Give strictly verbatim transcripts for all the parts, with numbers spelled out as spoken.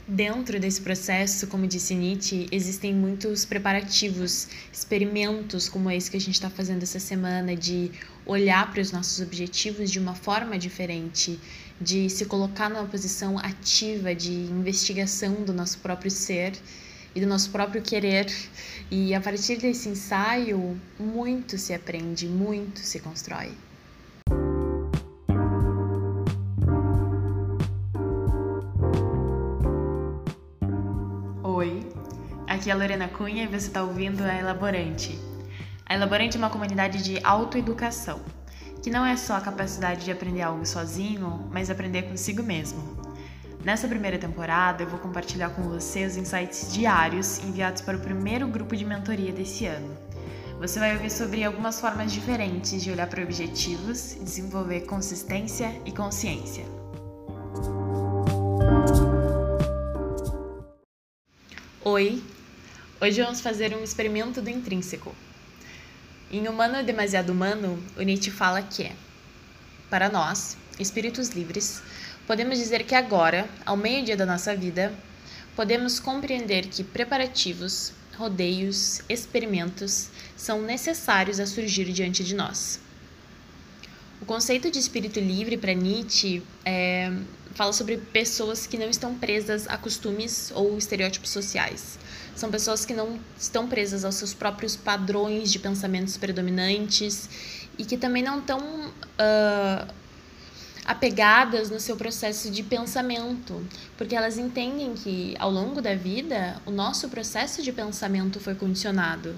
Dentro desse processo, como disse Nietzsche, existem muitos preparativos, experimentos como esse que a gente está fazendo essa semana, de olhar para os nossos objetivos de uma forma diferente, de se colocar numa posição ativa de investigação do nosso próprio ser e do nosso próprio querer. E a partir desse ensaio, muito se aprende, muito se constrói. Oi, aqui é a Lorena Cunha e você está ouvindo a Elaborante. A Elaborante é uma comunidade de autoeducação, que não é só a capacidade de aprender algo sozinho, mas aprender consigo mesmo. Nessa primeira temporada, eu vou compartilhar com você os insights diários enviados para o primeiro grupo de mentoria desse ano. Você vai ouvir sobre algumas formas diferentes de olhar para objetivos e desenvolver consistência e consciência. Oi, hoje vamos fazer um experimento do intrínseco. Em Humano é Demasiado Humano, o Nietzsche fala que é: para nós, espíritos livres, podemos dizer que agora, ao meio-dia da nossa vida, podemos compreender que preparativos, rodeios, experimentos são necessários a surgir diante de nós. O conceito de espírito livre para Nietzsche é, fala sobre pessoas que não estão presas a costumes ou estereótipos sociais. São pessoas que não estão presas aos seus próprios padrões de pensamentos predominantes e que também não estão uh, apegadas no seu processo de pensamento, porque elas entendem que, ao longo da vida, o nosso processo de pensamento foi condicionado.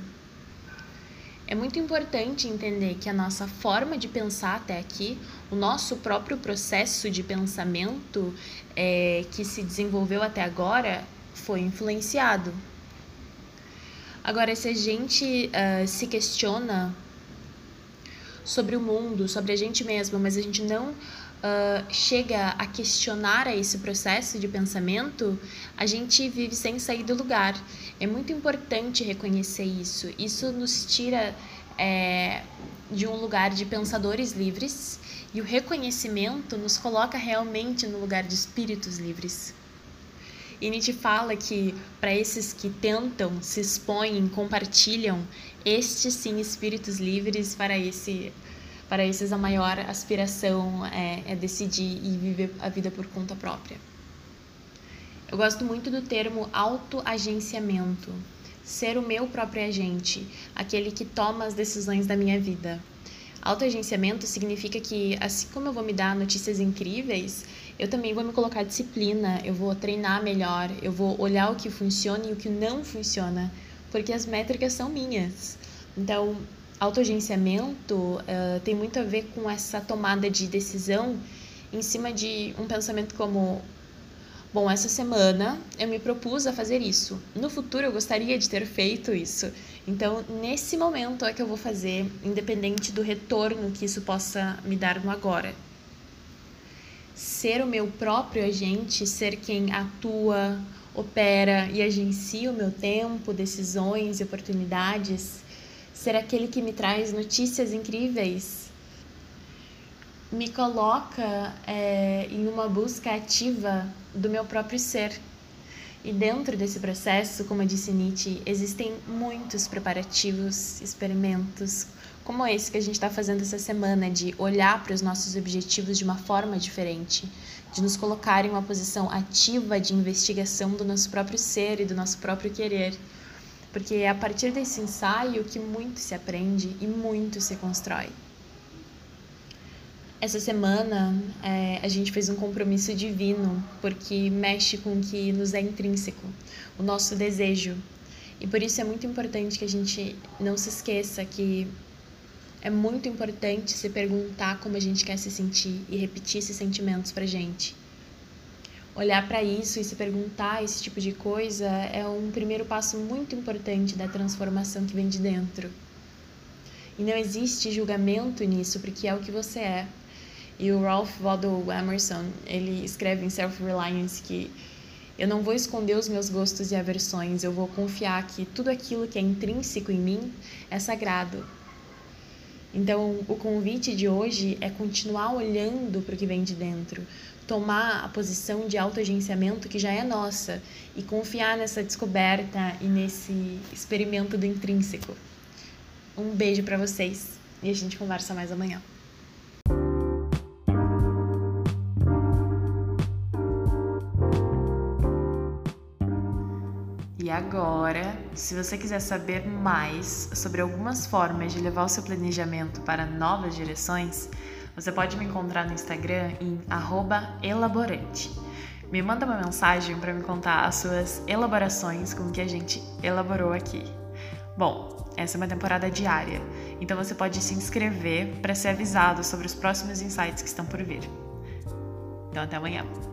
É muito importante entender que a nossa forma de pensar até aqui, o nosso próprio processo de pensamento é, que se desenvolveu até agora, foi influenciado. Agora, se a gente uh, se questiona sobre o mundo, sobre a gente mesmo, mas a gente não uh, chega a questionar a esse processo de pensamento, a gente vive sem sair do lugar. É muito importante reconhecer isso. Isso nos tira é, de um lugar de pensadores livres, e o reconhecimento nos coloca realmente no lugar de espíritos livres. E Nietzsche fala que, para esses que tentam, se expõem, compartilham, estes sim, espíritos livres, para, esse, para esses a maior aspiração é, é decidir e viver a vida por conta própria. Eu gosto muito do termo autoagenciamento, ser o meu próprio agente, aquele que toma as decisões da minha vida. Autoagenciamento significa que, assim como eu vou me dar notícias incríveis, eu também vou me colocar disciplina, eu vou treinar melhor, eu vou olhar o que funciona e o que não funciona, porque as métricas são minhas. Então, autoagenciamento uh, tem muito a ver com essa tomada de decisão em cima de um pensamento como: bom, essa semana eu me propus a fazer isso. No futuro eu gostaria de ter feito isso. Então, nesse momento é que eu vou fazer, independente do retorno que isso possa me dar no agora. Ser o meu próprio agente, ser quem atua, opera e agencia o meu tempo, decisões e oportunidades, ser aquele que me traz notícias incríveis, me coloca é, em uma busca ativa do meu próprio ser. E dentro desse processo, como disse Nietzsche, existem muitos preparativos, experimentos, como esse que a gente está fazendo essa semana, de olhar para os nossos objetivos de uma forma diferente, de nos colocar em uma posição ativa de investigação do nosso próprio ser e do nosso próprio querer. Porque é a partir desse ensaio que muito se aprende e muito se constrói. Essa semana é, a gente fez um compromisso divino, porque mexe com o que nos é intrínseco, o nosso desejo. E por isso é muito importante que a gente não se esqueça que é muito importante se perguntar como a gente quer se sentir e repetir esses sentimentos pra gente. Olhar para isso e se perguntar esse tipo de coisa é um primeiro passo muito importante da transformação que vem de dentro. E não existe julgamento nisso, porque é o que você é. E o Ralph Waldo Emerson, ele escreve em Self-Reliance que eu não vou esconder os meus gostos e aversões, eu vou confiar que tudo aquilo que é intrínseco em mim é sagrado. Então, o convite de hoje é continuar olhando para o que vem de dentro, tomar a posição de autoagenciamento que já é nossa e confiar nessa descoberta e nesse experimento do intrínseco. Um beijo para vocês e a gente conversa mais amanhã. E agora, se você quiser saber mais sobre algumas formas de levar o seu planejamento para novas direções, você pode me encontrar no Instagram em arroba elaborante. Me manda uma mensagem para me contar as suas elaborações com o que a gente elaborou aqui. Bom, essa é uma temporada diária, então você pode se inscrever para ser avisado sobre os próximos insights que estão por vir. Então até amanhã.